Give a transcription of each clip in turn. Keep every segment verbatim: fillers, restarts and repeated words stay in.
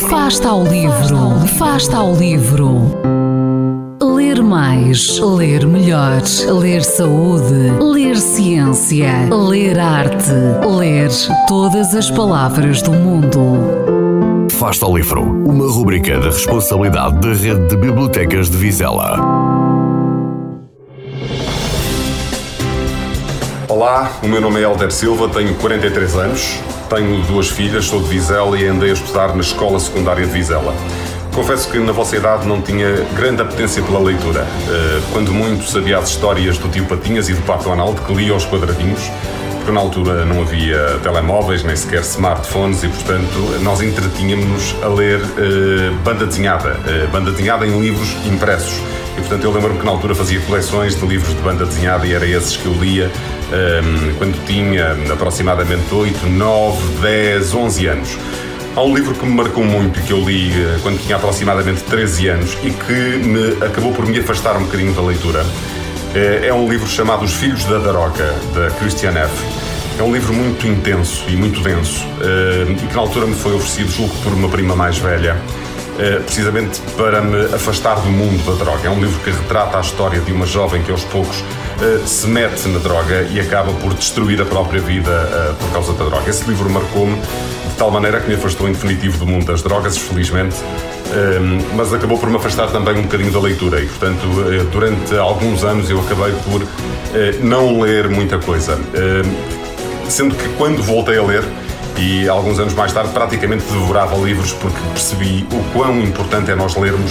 Fasta ao livro, Fasta ao livro. Ler mais, ler melhor, ler saúde, ler ciência, ler arte, ler todas as palavras do mundo. Fasta ao livro, uma rubrica da responsabilidade da Rede de Bibliotecas de Vizela. Olá, o meu nome é Helder Silva, tenho quarenta e três anos, tenho duas filhas, sou de Vizela e andei a estudar na Escola Secundária de Vizela. Confesso que na vossa idade não tinha grande apetência pela leitura. Quando muito sabia as histórias do tio Patinhas e do Pato Donald, que lia aos quadradinhos, porque na altura não havia telemóveis, nem sequer smartphones e, portanto, nós entretínhamos-nos a ler uh, banda desenhada, uh, banda desenhada em livros impressos. E, portanto, eu lembro-me que na altura fazia coleções de livros de banda desenhada e era esses que eu lia um, quando tinha aproximadamente oito, nove, dez, onze anos. Há um livro que me marcou muito e que eu li uh, quando tinha aproximadamente treze anos e que me acabou por me afastar um bocadinho da leitura. Uh, é um livro chamado Os Filhos da Daroga, da Christiane F. É um livro muito intenso e muito denso uh, e que na altura me foi oferecido, julgo, por uma prima mais velha, Uh, precisamente para me afastar do mundo da droga. É um livro que retrata a história de uma jovem que aos poucos uh, se mete na droga e acaba por destruir a própria vida uh, por causa da droga. Esse livro marcou-me de tal maneira que me afastou em definitivo do mundo das drogas, felizmente, uh, mas acabou por me afastar também um bocadinho da leitura e, portanto, uh, durante alguns anos eu acabei por uh, não ler muita coisa. Uh, sendo que quando voltei a ler, e alguns anos mais tarde praticamente devorava livros porque percebi o quão importante é nós lermos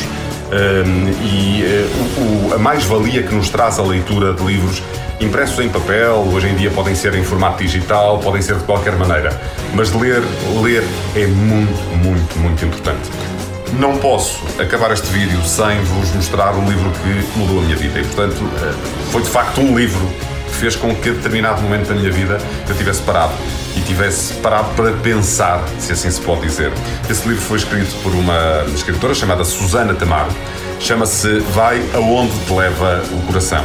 um, e uh, o, a mais-valia que nos traz a leitura de livros impressos em papel, hoje em dia podem ser em formato digital, podem ser de qualquer maneira, mas ler, ler é muito, muito, muito importante. Não posso acabar este vídeo sem vos mostrar um livro que mudou a minha vida e, portanto, uh, foi de facto um livro que fez com que a determinado momento da minha vida eu tivesse parado e tivesse parado para pensar, se assim se pode dizer. Esse livro foi escrito por uma escritora chamada Susana Tamar. Chama-se Vai Aonde Te Leva o Coração.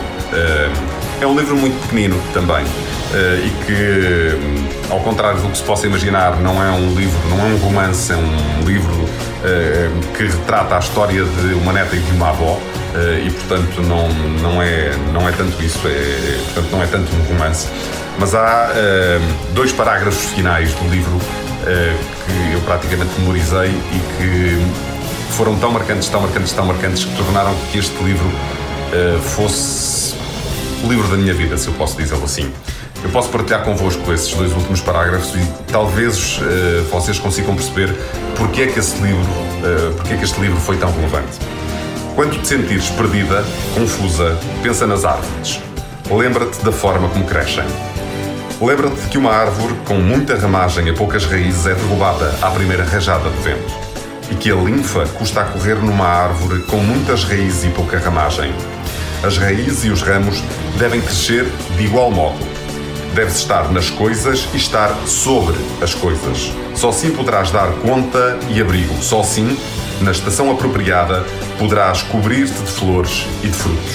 É um livro muito pequenino também e que, ao contrário do que se possa imaginar, não é um livro, não é um romance, é um livro que retrata a história de uma neta e de uma avó. Uh, e portanto não, não, é, não é tanto isso, é, portanto não é tanto um romance, mas há uh, dois parágrafos finais do livro uh, que eu praticamente memorizei e que foram tão marcantes, tão marcantes, tão marcantes que tornaram que este livro uh, fosse o livro da minha vida, se eu posso dizê-lo assim. Eu posso partilhar convosco esses dois últimos parágrafos e talvez uh, vocês consigam perceber porque é que esse livro, uh, porque é que este livro foi tão relevante. Quando te sentires perdida, confusa, pensa nas árvores. Lembra-te da forma como crescem. Lembra-te de que uma árvore com muita ramagem e poucas raízes é derrubada à primeira rajada de vento. E que a linfa custa a correr numa árvore com muitas raízes e pouca ramagem. As raízes e os ramos devem crescer de igual modo. Deves estar nas coisas e estar sobre as coisas. Só assim poderás dar conta e abrigo. Só assim, na estação apropriada, poderás cobrir-te de flores e de frutos.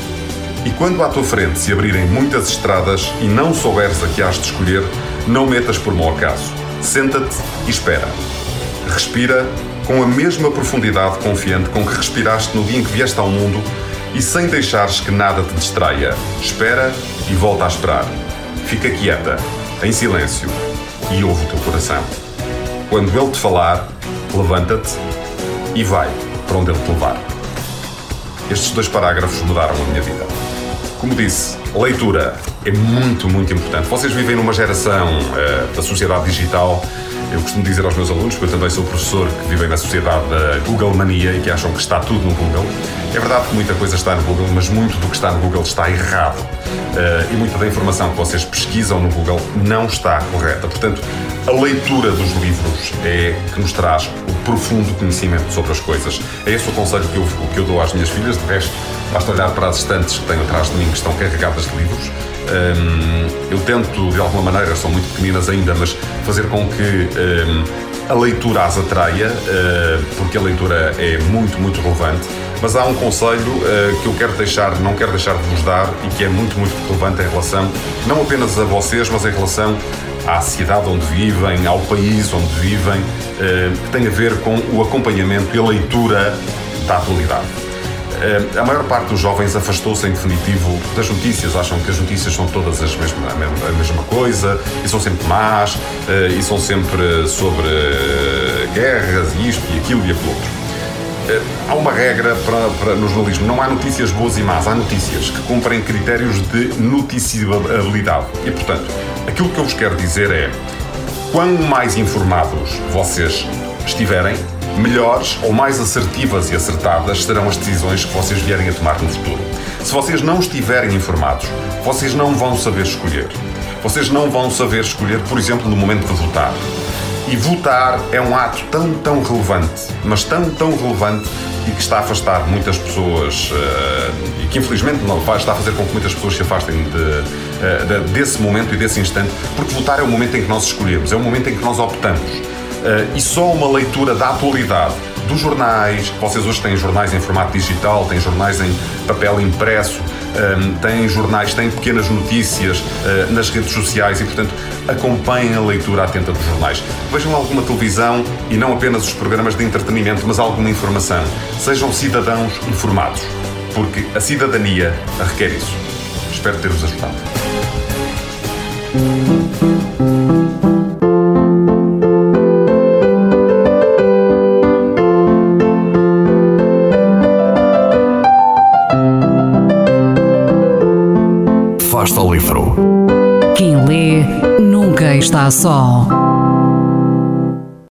E quando à tua frente se abrirem muitas estradas e não souberes a que has de escolher, não metas por mau acaso. Senta-te e espera. Respira com a mesma profundidade confiante com que respiraste no dia em que vieste ao mundo e sem deixares que nada te distraia. Espera e volta a esperar. Fica quieta, em silêncio, e ouve o teu coração. Quando ele te falar, levanta-te e vai para onde ele te levar. Estes dois parágrafos mudaram a minha vida. Como disse, leitura é muito, muito importante. Vocês vivem numa geração uh, da sociedade digital. Eu costumo dizer aos meus alunos, porque eu também sou professor, que vivem na sociedade da Google Mania e que acham que está tudo no Google. É verdade que muita coisa está no Google, mas muito do que está no Google está errado. Uh, e muita da informação que vocês pesquisam no Google não está correta. Portanto, a leitura dos livros é que nos traz o profundo conhecimento sobre as coisas. É esse o conselho que eu, que eu dou às minhas filhas. De resto, basta olhar para as estantes que tenho atrás de mim, que estão carregadas de livros. Um, eu tento, de alguma maneira, são muito pequeninas ainda, mas fazer com que um, a leitura as atraia, uh, porque a leitura é muito, muito relevante. Mas há um conselho uh, que eu quero deixar, não quero deixar de vos dar e que é muito, muito relevante em relação, não apenas a vocês, mas em relação à cidade onde vivem, ao país onde vivem, que tem a ver com o acompanhamento e a leitura da atualidade. A maior parte dos jovens afastou-se, em definitivo, das notícias. Acham que as notícias são todas as mesma, a mesma coisa, e são sempre más, e são sempre sobre guerras, e isto, e aquilo, e aquilo outro. Há uma regra para, para, no jornalismo: não há notícias boas e más, há notícias que cumprem critérios de noticiabilidade. E, portanto, aquilo que eu vos quero dizer é: quanto mais informados vocês estiverem, melhores ou mais assertivas e acertadas serão as decisões que vocês vierem a tomar no futuro. Se vocês não estiverem informados, vocês não vão saber escolher. Vocês não vão saber escolher, por exemplo, no momento de votar. E votar é um ato tão, tão relevante, mas tão, tão relevante, e que está a afastar muitas pessoas, uh, e que infelizmente não vai, está a fazer com que muitas pessoas se afastem de, uh, de, desse momento e desse instante, porque votar é o momento em que nós escolhemos, é o momento em que nós optamos. Uh, e só uma leitura da atualidade dos jornais, vocês hoje têm jornais em formato digital, têm jornais em papel impresso, um, têm jornais, têm pequenas notícias uh, nas redes sociais e, portanto, acompanhem a leitura atenta dos jornais. Vejam alguma televisão e não apenas os programas de entretenimento, mas alguma informação. Sejam cidadãos informados, porque a cidadania requer isso. Espero ter-vos ajudado. Fasta ao livro. Quem lê nunca está só.